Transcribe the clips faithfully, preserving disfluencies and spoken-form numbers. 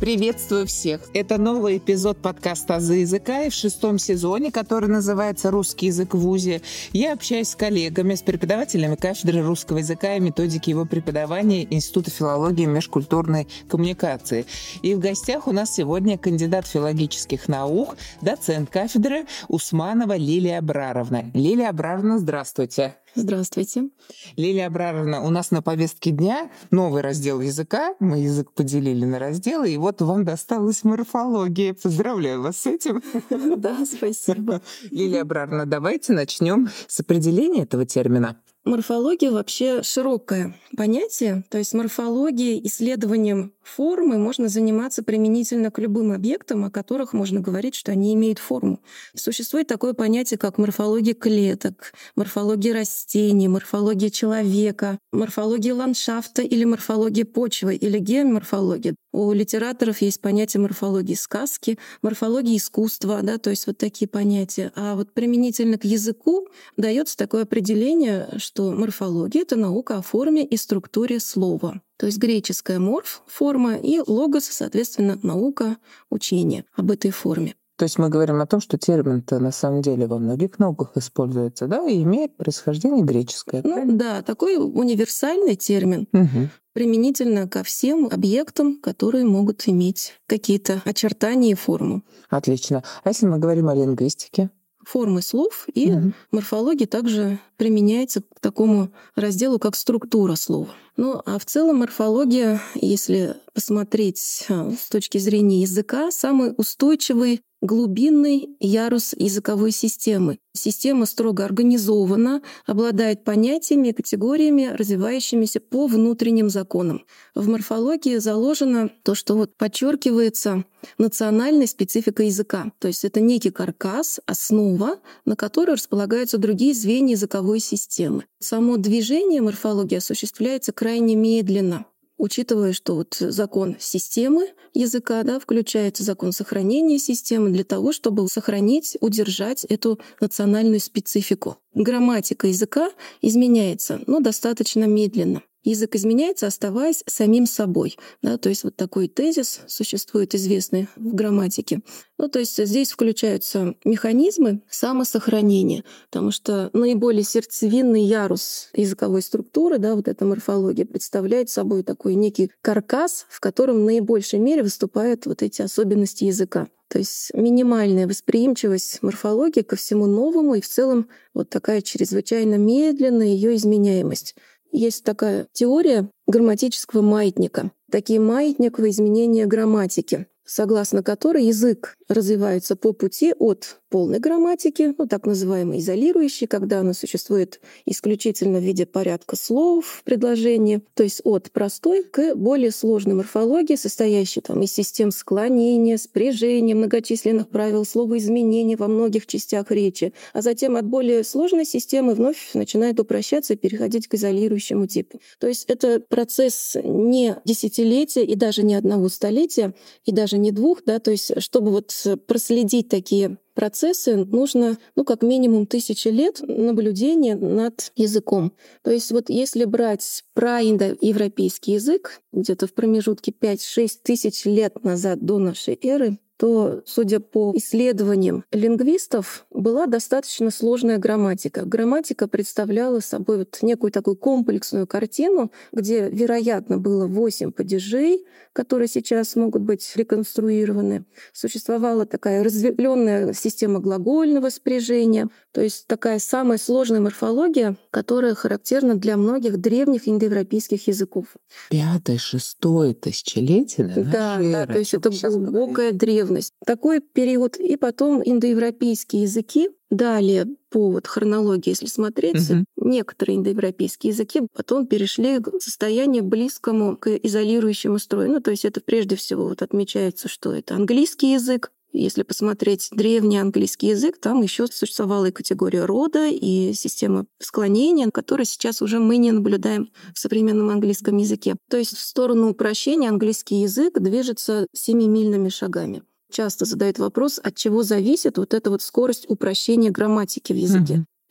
Приветствую всех! Это новый эпизод подкаста «Азы языка», и в шестом сезоне, который называется «Русский язык в ВУЗе», я общаюсь с коллегами, с преподавателями кафедры русского языка и методики его преподавания Института филологии и межкультурной коммуникации. И в гостях у нас сегодня кандидат филологических наук, доцент кафедры Усманова Лилия Абраровна. Лилия Абраровна, здравствуйте! Здравствуйте. Лилия Абраровна, у нас на повестке дня новый раздел языка. Мы язык поделили на разделы, и вот вам досталась морфология. Поздравляю вас с этим. Да, спасибо. Лилия Абраровна, давайте начнем с определения этого термина. Морфология вообще широкое понятие, то есть морфологией, исследованием формы можно заниматься применительно к любым объектам, о которых можно говорить, что они имеют форму. Существует такое понятие, как морфология клеток, морфология растений, морфология человека, морфология ландшафта или морфология почвы или геоморфология. У литераторов есть понятие морфологии сказки, морфологии искусства, да, то есть вот такие понятия. А вот применительно к языку дается такое определение, что морфология — это наука о форме и структуре слова. То есть греческая морф — форма, и логос, соответственно, наука, учение об этой форме. То есть мы говорим о том, что термин-то на самом деле во многих науках используется, да, и имеет происхождение греческое. Ну да, такой универсальный термин, угу. применительно ко всем объектам, которые могут иметь какие-то очертания и форму. Отлично. А если мы говорим о лингвистике? Формы слов и угу. морфология также применяется к такому разделу, как структура слова. Ну а в целом морфология, если посмотреть с точки зрения языка, самый устойчивый глубинный ярус языковой системы. Система строго организована, обладает понятиями и категориями, развивающимися по внутренним законам. В морфологии заложено то, что вот подчеркивается национальной спецификой языка. То есть это некий каркас, основа, на которой располагаются другие звенья языковой системы. Само движение морфологии осуществляется крайне медленно, учитывая, что вот закон системы языка, да, включается закон сохранения системы для того, чтобы сохранить, удержать эту национальную специфику. Грамматика языка изменяется, но достаточно медленно. Язык изменяется, оставаясь самим собой. Да, то есть вот такой тезис существует, известный в грамматике. Ну, то есть здесь включаются механизмы самосохранения, потому что наиболее сердцевинный ярус языковой структуры, да, вот эта морфология, представляет собой такой некий каркас, в котором в наибольшей мере выступают вот эти особенности языка. То есть минимальная восприимчивость морфологии ко всему новому и в целом вот такая чрезвычайно медленная ее изменяемость. Есть такая теория грамматического маятника, такие маятниковые изменения грамматики, согласно которой язык развивается по пути от полной грамматики, ну, так называемой изолирующей, когда она существует исключительно в виде порядка слов в предложении, то есть от простой к более сложной морфологии, состоящей там, из систем склонения, спряжения, многочисленных правил словоизменения во многих частях речи, а затем от более сложной системы вновь начинает упрощаться и переходить к изолирующему типу. То есть это процесс не десятилетия и даже не одного столетия, и даже не двух, да, то есть чтобы вот проследить такие процессы, нужно, ну, как минимум тысячи лет наблюдения над языком. То есть вот если брать праиндоевропейский язык, где-то в промежутке пять-шесть тысяч лет назад до нашей эры, то, судя по исследованиям лингвистов, была достаточно сложная грамматика. Грамматика представляла собой вот некую такую комплексную картину, где, вероятно, было восемь падежей, которые сейчас могут быть реконструированы. Существовала такая разветвленная система глагольного спряжения, то есть такая самая сложная морфология, которая характерна для многих древних индоевропейских языков. Пятое, шестое тысячелетие, да? Да, да, то есть это глубокая древность. Такой период. И потом индоевропейские языки. Далее, по вот хронологии, если смотреть, угу. некоторые индоевропейские языки потом перешли к состоянию близкому к изолирующему строю. Ну, то есть это прежде всего вот отмечается, что это английский язык. Если посмотреть древний английский язык, там еще существовала и категория рода, и система склонения, которую сейчас уже мы не наблюдаем в современном английском языке. То есть в сторону упрощения английский язык движется семимильными шагами. Часто задают вопрос, от чего зависит вот эта вот скорость упрощения грамматики в языке. Mm-hmm.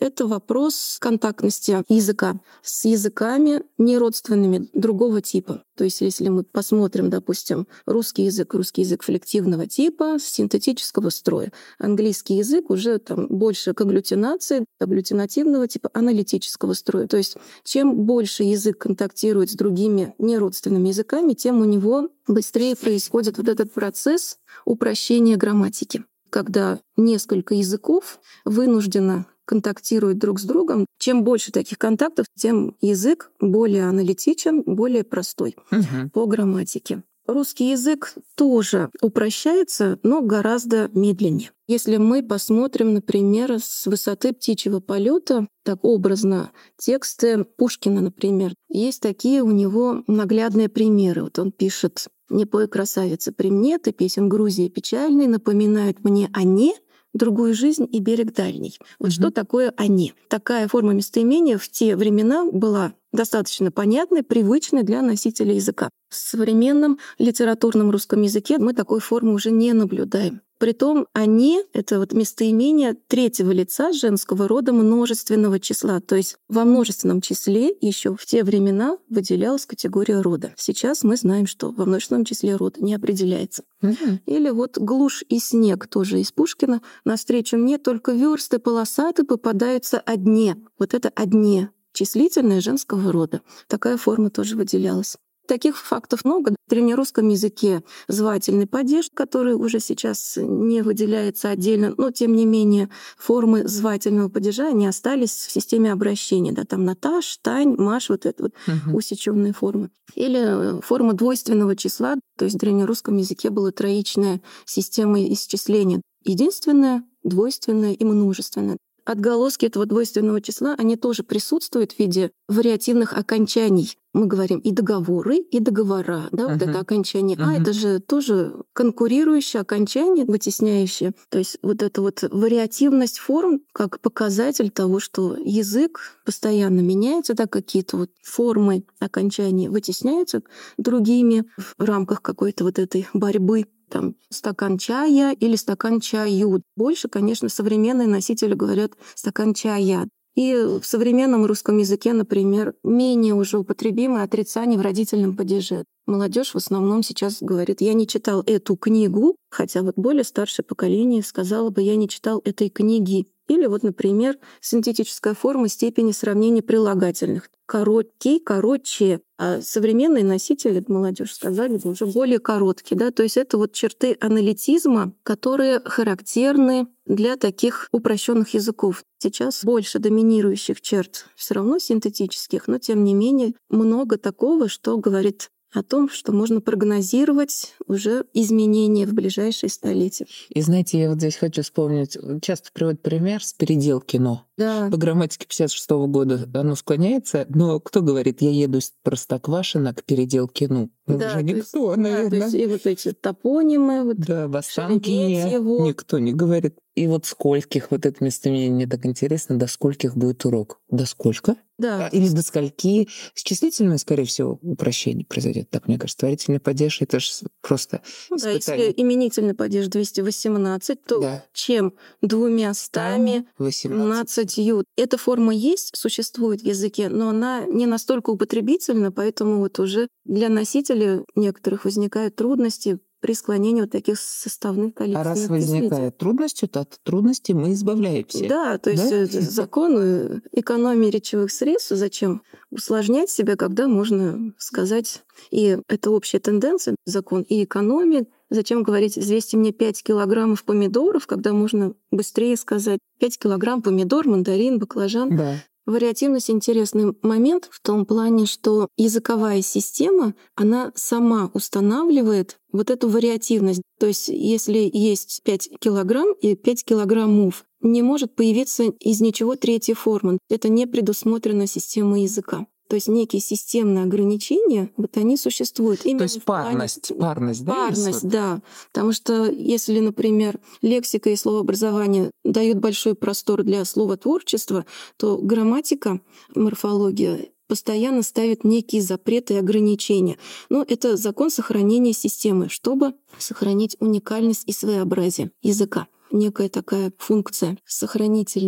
это вопрос контактности языка с языками неродственными другого типа. То есть если мы посмотрим, допустим, русский язык, русский язык флективного типа, синтетического строя, английский язык уже там больше к агглютинации, агглютинативного типа, аналитического строя. То есть чем больше язык контактирует с другими неродственными языками, тем у него быстрее происходит вот этот процесс упрощения грамматики, когда несколько языков вынужденно контактируют друг с другом. Чем больше таких контактов, тем язык более аналитичен, более простой Мгм. по грамматике. Русский язык тоже упрощается, но гораздо медленнее. Если мы посмотрим, например, с высоты птичьего полета, так образно, тексты Пушкина, например, есть такие у него наглядные примеры. Вот он пишет: «Не пой, красавица, при мне, ты песен Грузии печальной напоминают мне они, другую жизнь и берег дальний». Вот Мгм. что такое «они»? Такая форма местоимения в те времена была достаточно понятной, привычной для носителя языка. В современном литературном русском языке мы такой формы уже не наблюдаем. Притом «они» — это вот местоимение третьего лица женского рода множественного числа. То есть во множественном числе еще в те времена выделялась категория рода. Сейчас мы знаем, что во множественном числе род не определяется. Мгм. Или вот «глушь и снег» тоже из Пушкина. «Навстречу мне только версты полосаты попадаются одни». Вот это «одни» числительное женского рода. Такая форма тоже выделялась. Таких фактов много. В древнерусском языке звательный падеж, который уже сейчас не выделяется отдельно, но тем не менее формы звательного падежа не остались в системе обращения. Да, там Наташ, Тань, Маш, вот это вот Мгм. усечённые формы. Или форма двойственного числа, то есть в древнерусском языке была троичная система исчисления. Единственное, двойственное и множественное. Отголоски этого двойственного числа, они тоже присутствуют в виде вариативных окончаний. Мы говорим и договоры, и договора. Да, вот Мгм. это окончание «а» — Мгм. это же тоже конкурирующее окончание, вытесняющее. То есть вот эта вот вариативность форм как показатель того, что язык постоянно меняется, да, какие-то вот формы окончаний вытесняются другими в рамках какой-то вот этой борьбы. Там стакан чая или стакан чаю. Больше, конечно, современные носители говорят стакан чая. И в современном русском языке, например, менее уже употребимое отрицание в родительном падеже. Молодежь в основном сейчас говорит: «Я не читал эту книгу», хотя вот более старшее поколение сказало бы: «Я не читал этой книги». Или вот, например, синтетическая форма степени сравнения прилагательных. Короткий, короче. А современные носители, молодежь сказали бы, уже более короткий. Да? То есть это вот черты аналитизма, которые характерны для таких упрощенных языков. Сейчас больше доминирующих черт все равно синтетических, но тем не менее много такого, что говорит о том, что можно прогнозировать уже изменения в ближайшие столетия. И знаете, я вот здесь хочу вспомнить, часто приводят пример с «Переделкино». Да. По грамматике пятьдесят шестого года оно склоняется, но кто говорит: «Я еду из Простоквашино к Переделкину»? Ну, Да, уже то есть, никто, да, то наверное. есть и вот эти топонимы, вот Да, в Останкине Шереметьево. никто не говорит. И вот скольких, вот это местоимение, мне так интересно, до скольких будет урок? До сколько? Да, А, Или до скольки? С числительным, скорее всего, упрощение произойдет. Так, мне кажется, творительный падеж — это же просто ну да, испытание. если именительный падеж двести восемнадцать, то Да. чем двумя стами восемнадцать. семнадцатью. Эта форма есть, существует в языке, но она не настолько употребительна, поэтому вот уже для носителей некоторых возникают трудности при склонении вот таких составных А раз количественных возникают числителей. трудности, то от трудностей мы избавляемся. Да, то есть Да? э, закон э, экономии речевых средств. Зачем усложнять себя, когда можно сказать, и это общая тенденция, закон и экономии. Зачем говорить: «Взвесьте мне пять килограммов помидоров», когда можно быстрее сказать пять килограмм помидор, мандарин, баклажан. Да. Вариативность — интересный момент в том плане, что языковая система, она сама устанавливает вот эту вариативность. То есть если есть пять килограмм и пять килограммов, не может появиться из ничего третья форма. Это не предусмотрено системой языка. То есть некие системные ограничения, вот они существуют. То Именно есть в плане- парность, парность, да? Парность, есть вот? да. Потому что если, например, лексика и словообразование дают большой простор для словотворчества, то грамматика, морфология постоянно ставит некие запреты и ограничения. Но это закон сохранения системы, чтобы сохранить уникальность и своеобразие языка. Некая такая функция сохранительная.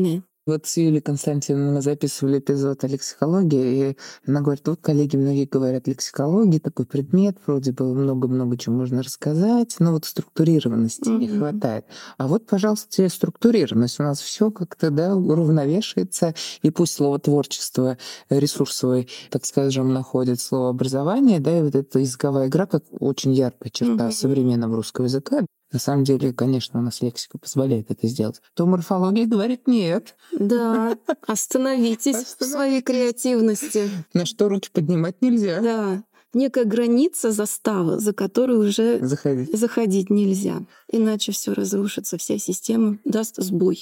Вот с Юлией Константиновной мы записывали эпизод о лексикологии, и она говорит: вот коллеги многие говорят, лексикология такой предмет, вроде бы много-много чего можно рассказать, но вот структурированности не Мгм. хватает. А вот, пожалуйста, тебе структурированность. У нас все как-то, да, уравновешивается, и пусть слово творчество ресурсовый, так скажем, находит слово образование, да, и вот эта языковая игра как очень яркая черта Мгм. современного русского языка. На самом деле, конечно, у нас лексика позволяет это сделать. То морфология говорит нет. Да, остановитесь в своей Остановитесь. креативности. На что руки поднимать нельзя. Да, некая граница, застава, за которую уже Заходить. заходить нельзя. Иначе все разрушится, вся система даст сбой.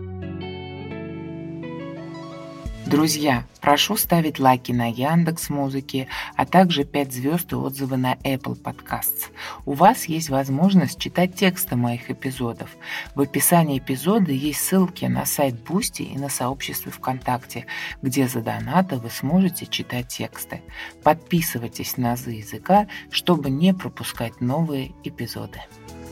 Друзья, прошу ставить лайки на Яндекс.Музыке, а также пять звезд и отзывы на Apple Podcasts. У вас есть возможность читать тексты моих эпизодов. В описании эпизода есть ссылки на сайт Boosty и на сообщество ВКонтакте, где за донаты вы сможете читать тексты. Подписывайтесь на «Азы языка», чтобы не пропускать новые эпизоды.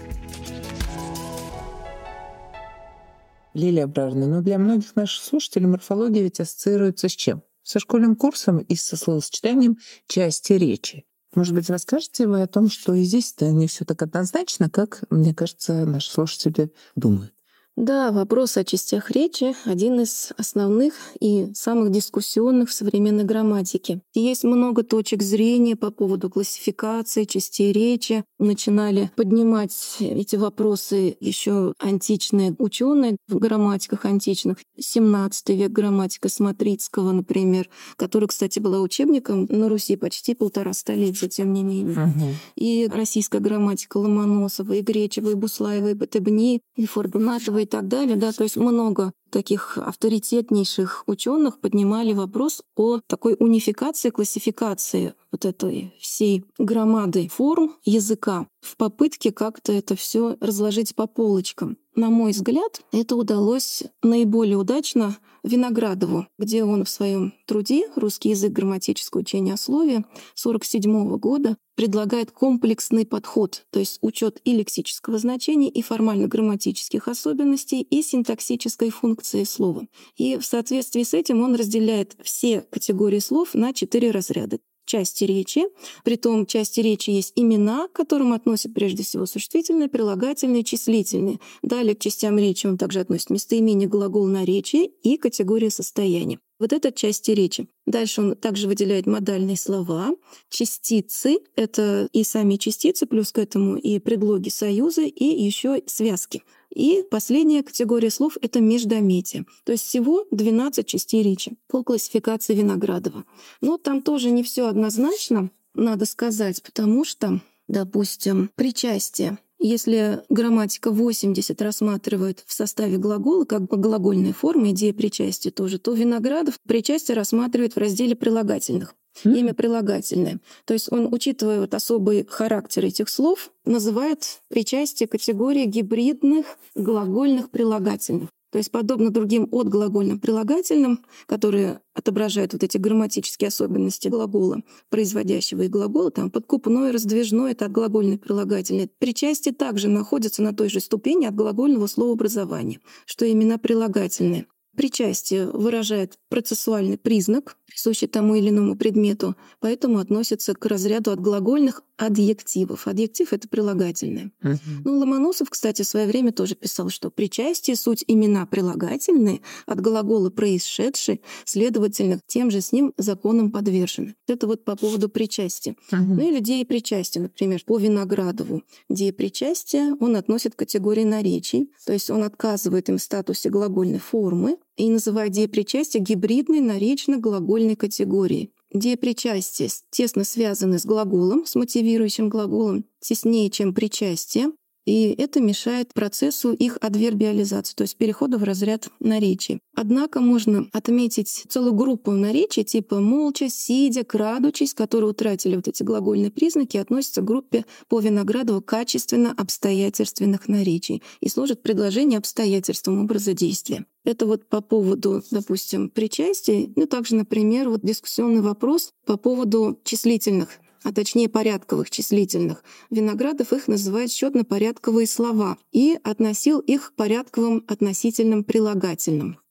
Лилия Абрарна, но для многих наших слушателей морфология ведь ассоциируется с чем? Со школьным курсом и со словосочетанием части речи. Может быть, расскажете вы о том, что и здесь-то не все так однозначно, как, мне кажется, наши слушатели думают? Да, вопрос о частях речи — один из основных и самых дискуссионных в современной грамматике. Есть много точек зрения по поводу классификации частей речи. Начинали поднимать эти вопросы еще античные ученые в грамматиках античных. семнадцатый век грамматика Смотрицкого, например, которая, кстати, была учебником на Руси почти полтора столетия, тем не менее. Угу. И российская грамматика Ломоносова, и Гречева, и Буслаева, и Батебни, и Фордунатова, и так далее. Да, то есть много таких авторитетнейших ученых поднимали вопрос о такой унификации, классификации вот этой всей громады форм языка в попытке как-то это все разложить по полочкам. На мой взгляд, это удалось наиболее удачно Виноградову, где он в своем труде «Русский язык. Грамматическое учение о слове» сорок седьмого года предлагает комплексный подход, то есть учет и лексического значения, и формально-грамматических особенностей, и синтаксической функции слова. И в соответствии с этим он разделяет все категории слов на четыре разряда. Части речи. Притом части речи есть имена, к которым относят прежде всего существительные, прилагательные, числительные. Далее к частям речи он также относит местоимение, глагол, наречие и категория состояния. Вот это части речи. Дальше он также выделяет модальные слова, частицы — это и сами частицы, плюс к этому и предлоги, союзы, и еще связки. И последняя категория слов — это междометие. То есть всего двенадцать частей речи по классификации Виноградова. Но там тоже не все однозначно, надо сказать, потому что, допустим, причастие. Если грамматика восемьдесят рассматривает в составе глагола как бы глагольная форма, идея причастия тоже, то Виноградов причастие рассматривает в разделе прилагательных. Имя прилагательное. То есть он, учитывая вот особый характер этих слов, называет причастие категории гибридных глагольных прилагательных. То есть подобно другим отглагольным прилагательным, которые отображают вот эти грамматические особенности глагола, производящего и глагола, там подкупное, раздвижное — это отглагольное прилагательное. Причастие также находится на той же ступени отглагольного словообразования, что именно прилагательное. Причастие выражает процессуальный признак, присущий тому или иному предмету, поэтому относится к разряду отглагольных адъективов. Адъектив — это прилагательное. Угу. Ну, Ломоносов, кстати, в свое время тоже писал, что причастие — суть имена прилагательные, от глагола происшедшие, следовательно, тем же с ним законам подвержены. Это вот по поводу причастия. Угу. Ну или деепричастие, например, по Виноградову. Деепричастие он относит к категории наречий, то есть он отказывает им в статусе глагольной формы и называет деепричастие гибридной наречно-глагольной категорией. Деепричастие тесно связаны с глаголом, с мотивирующим глаголом, теснее, чем причастие, и это мешает процессу их адвербиализации, то есть перехода в разряд наречий. Однако можно отметить целую группу наречий типа «молча», «сидя», «крадучись», которые утратили вот эти глагольные признаки, относятся к группе по Виноградову качественно-обстоятельственных наречий и служат предложение обстоятельством образа действия. Это вот по поводу, допустим, причастия. Ну, также, например, вот дискуссионный вопрос по поводу числительных, а точнее порядковых числительных. Виноградов их называет счетно-порядковые слова и относил их к порядковым относительным прилагательным.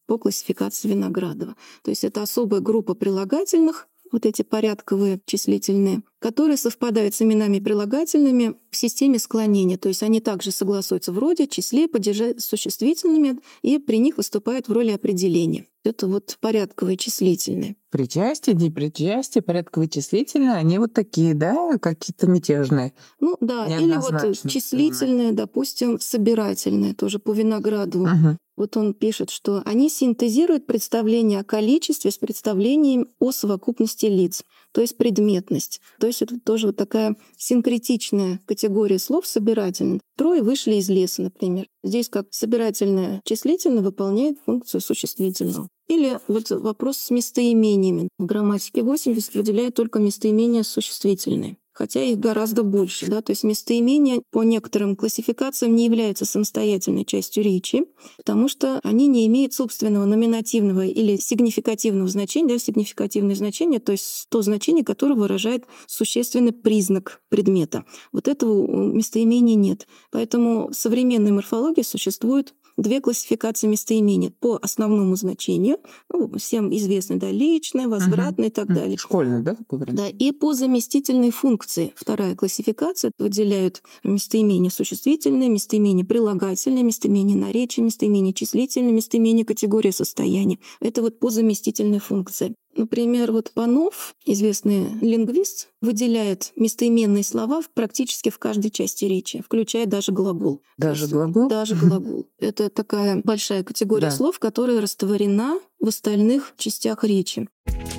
по классификации Виноградова. То есть это особая группа прилагательных, вот эти порядковые числительные, которые совпадают с именами прилагательными в системе склонения. То есть они также согласуются в роде, числе, падеже с существительными, и при них выступают в роли определения. Это вот порядковые числительные. Причастие, непричастие, порядковые числительные, они вот такие, да, какие-то мятежные. Ну да, или вот числительные, допустим, собирательные, тоже по Виноградову. Угу. Вот он пишет, что они синтезируют представление о количестве с представлением о совокупности лиц, то есть предметность. То есть это тоже вот такая синкретичная категория слов собирательных. Трое вышли из леса, например. Здесь как собирательное числительное выполняет функцию существительного. Или вот вопрос с местоимениями. В грамматике восемьдесят выделяет только местоимения существительные, хотя их гораздо больше. Да? То есть местоимения по некоторым классификациям не являются самостоятельной частью речи, потому что они не имеют собственного номинативного или сигнификативного значения. Да? Сигнификативное значение, то есть то значение, которое выражает существенный признак предмета. Вот этого у местоимения нет. Поэтому в современной морфологии существует две классификации местоимений по основному значению, ну, всем известно, да, личное, возвратное, угу. и так далее. Школьное, да? Да, и по заместительной функции. Вторая классификация выделяют местоимения существительные, местоимения прилагательные, местоимения наречия, местоимения числительные, местоимения категории состояния. Это вот по заместительной функции. Например, вот Панов, известный лингвист, выделяет местоименные слова практически в каждой части речи, включая даже глагол. Даже глагол? Даже глагол. Это такая большая категория да. слов, которая растворена в остальных частях речи.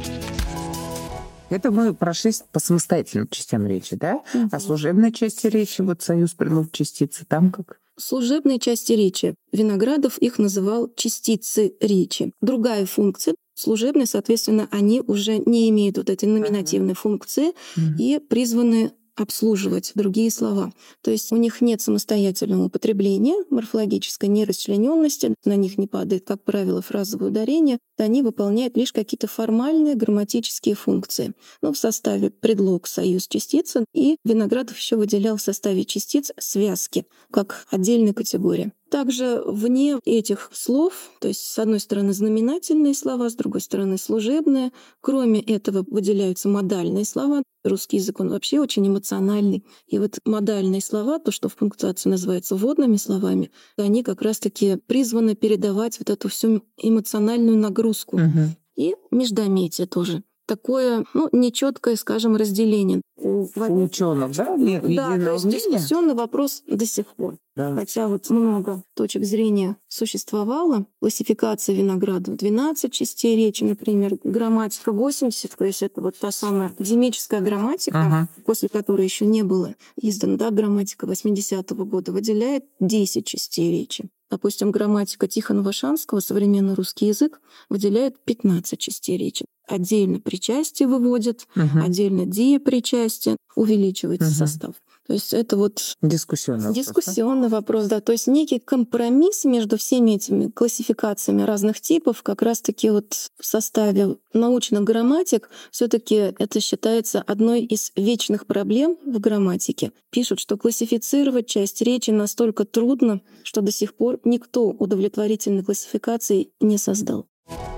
Это мы прошлись по самостоятельным частям речи, да? Угу. А служебной части речи, вот союз предлог частицы, там как? Служебные части речи. Виноградов их называл частицы речи. Другая функция. Служебные, соответственно, они уже не имеют вот этой номинативной uh-huh. функции uh-huh. и призваны обслуживать другие слова. То есть у них нет самостоятельного употребления, морфологической нерасчлененности, на них не падает, как правило, фразовое ударение, они выполняют лишь какие-то формальные грамматические функции. Ну, в составе предлог, союз, частица, и Виноградов еще выделял в составе частиц связки, как отдельная категория. Также вне этих слов, то есть с одной стороны знаменательные слова, с другой стороны служебные, кроме этого выделяются модальные слова. Русский язык, он вообще очень эмоциональный. И вот модальные слова, то, что в пунктуации называется вводными словами, они как раз-таки призваны передавать вот эту всю эмоциональную нагрузку. Угу. И междометие тоже. Такое, ну, нечеткое, скажем, разделение. У ученых, да? Да, то есть дискуссионный вопрос до сих пор. Да. Хотя вот много точек зрения существовало. Классификация Виноградова двенадцать частей речи, например, грамматика восемьдесят, то есть это вот та самая академическая грамматика, ага. после которой еще не было издана, да, грамматика восьмидесятого года, выделяет десять частей речи. Допустим, грамматика Тихонова-Шанского, современный русский язык, выделяет пятнадцать частей речи. Отдельно причастие выводят, угу. отдельно диапричастие, увеличивается угу. состав. То есть это вот дискуссионный, дискуссионный вопрос, да. То есть некий компромисс между всеми этими классификациями разных типов, как раз-таки вот в составе научных грамматик все-таки это считается одной из вечных проблем в грамматике. Пишут, что классифицировать часть речи настолько трудно, что до сих пор никто удовлетворительной классификации не создал.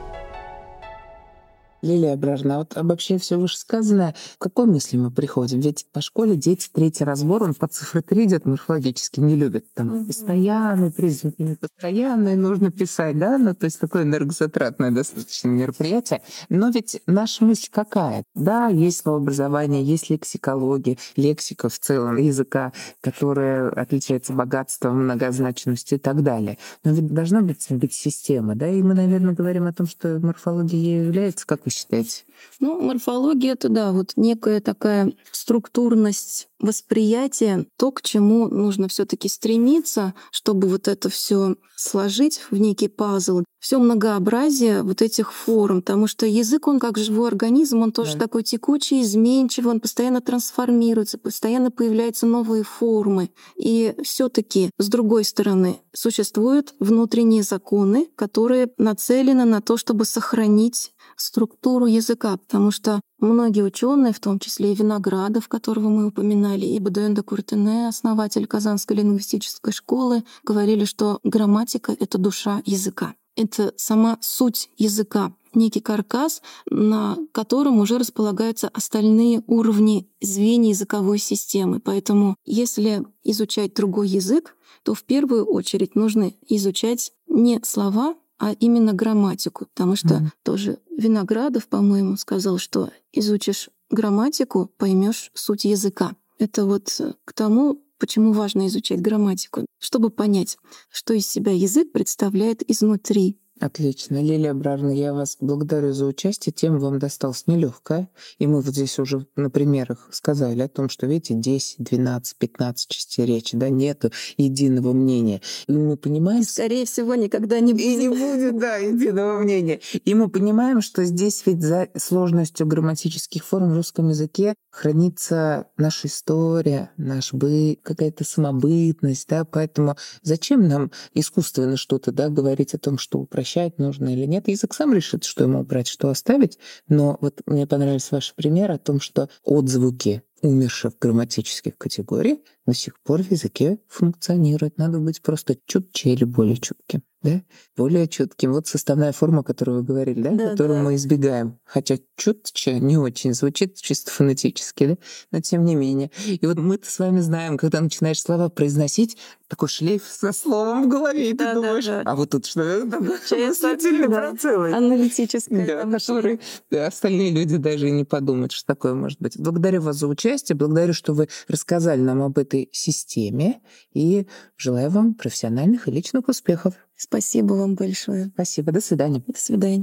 Лилия Бражна, вот обобщая все вышесказанное, к какой мысли мы приходим? Ведь по школе дети третий разбор, он по цифре три идет, морфологически не любят. Там mm-hmm. постоянные признаки, непостоянные нужно писать, да? Ну, то есть такое энергозатратное достаточно мероприятие. Но ведь наша мысль какая? Да, есть словообразование, есть лексикология, лексика в целом языка, которая отличается богатством, многозначностью и так далее. Но ведь должна быть, быть система, да? И мы, наверное, говорим о том, что морфология ею является, как вы считаете? Ну, морфология — это, да, вот некая такая структурность восприятия, то, к чему нужно все таки стремиться, чтобы вот это все сложить в некий пазл, все многообразие вот этих форм, потому что язык, он как живой организм, он тоже да. такой текучий, изменчивый, он постоянно трансформируется, постоянно появляются новые формы. И все таки с другой стороны, существуют внутренние законы, которые нацелены на то, чтобы сохранить структуру языка, потому что многие ученые, в том числе и Виноградов, которого мы упоминали, и Бодуэн де Куртене, основатель Казанской лингвистической школы, говорили, что грамматика — это душа языка. — это сама суть языка, некий каркас, на котором уже располагаются остальные уровни звенья языковой системы. Поэтому если изучать другой язык, то в первую очередь нужно изучать не слова, а именно грамматику, потому что mm. тоже Виноградов, по-моему, сказал, что изучишь грамматику, поймешь суть языка. Это вот к тому, почему важно изучать грамматику, чтобы понять, что из себя язык представляет изнутри. Отлично. Лилия Абрарна, я вас благодарю за участие. Тема вам досталась нелегкая. И мы вот здесь уже на примерах сказали о том, что, видите, десять, двенадцать, пятнадцать частей речи, да, нету единого мнения. И мы понимаем... Скорее всего, никогда не будет. И не будет, да, единого мнения. И мы понимаем, что здесь ведь за сложностью грамматических форм в русском языке хранится наша история, наш быт, какая-то самобытность, да, поэтому зачем нам искусственно что-то, да, говорить о том, что упрощать нужно или нет. Язык сам решит, что ему убрать, что оставить. Но вот мне понравился ваш пример о том, что отзвуки умерших грамматических категорий до сих пор в языке функционируют. Надо быть просто чутче или более чутким. Да? Более чутким. Вот составная форма, о которой вы говорили, да? Да, которую да. мы избегаем. Хотя чутче не очень звучит чисто фонетически, да? Но тем не менее. И вот мы-то с вами знаем, когда начинаешь слова произносить, такой шлейф со словом в голове, и да, ты думаешь, да, да. а вот тут что? Мыслительный процесс. Аналитическое. Да, который да, остальные люди даже и не подумают, что такое может быть. Благодарю вас за участие, благодарю, что вы рассказали нам об этой системе, и желаю вам профессиональных и личных успехов. Спасибо вам большое. Спасибо, до свидания. До свидания.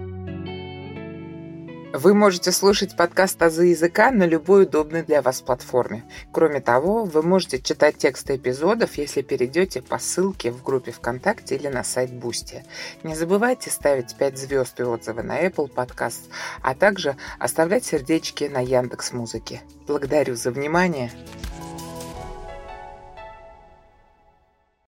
Вы можете слушать подкаст «Азы языка» на любой удобной для вас платформе. Кроме того, вы можете читать тексты эпизодов, если перейдете по ссылке в группе ВКонтакте или на сайт Boosty. Не забывайте ставить пять звезд и отзывы на Apple Podcast, а также оставлять сердечки на Яндекс.Музыке. Благодарю за внимание.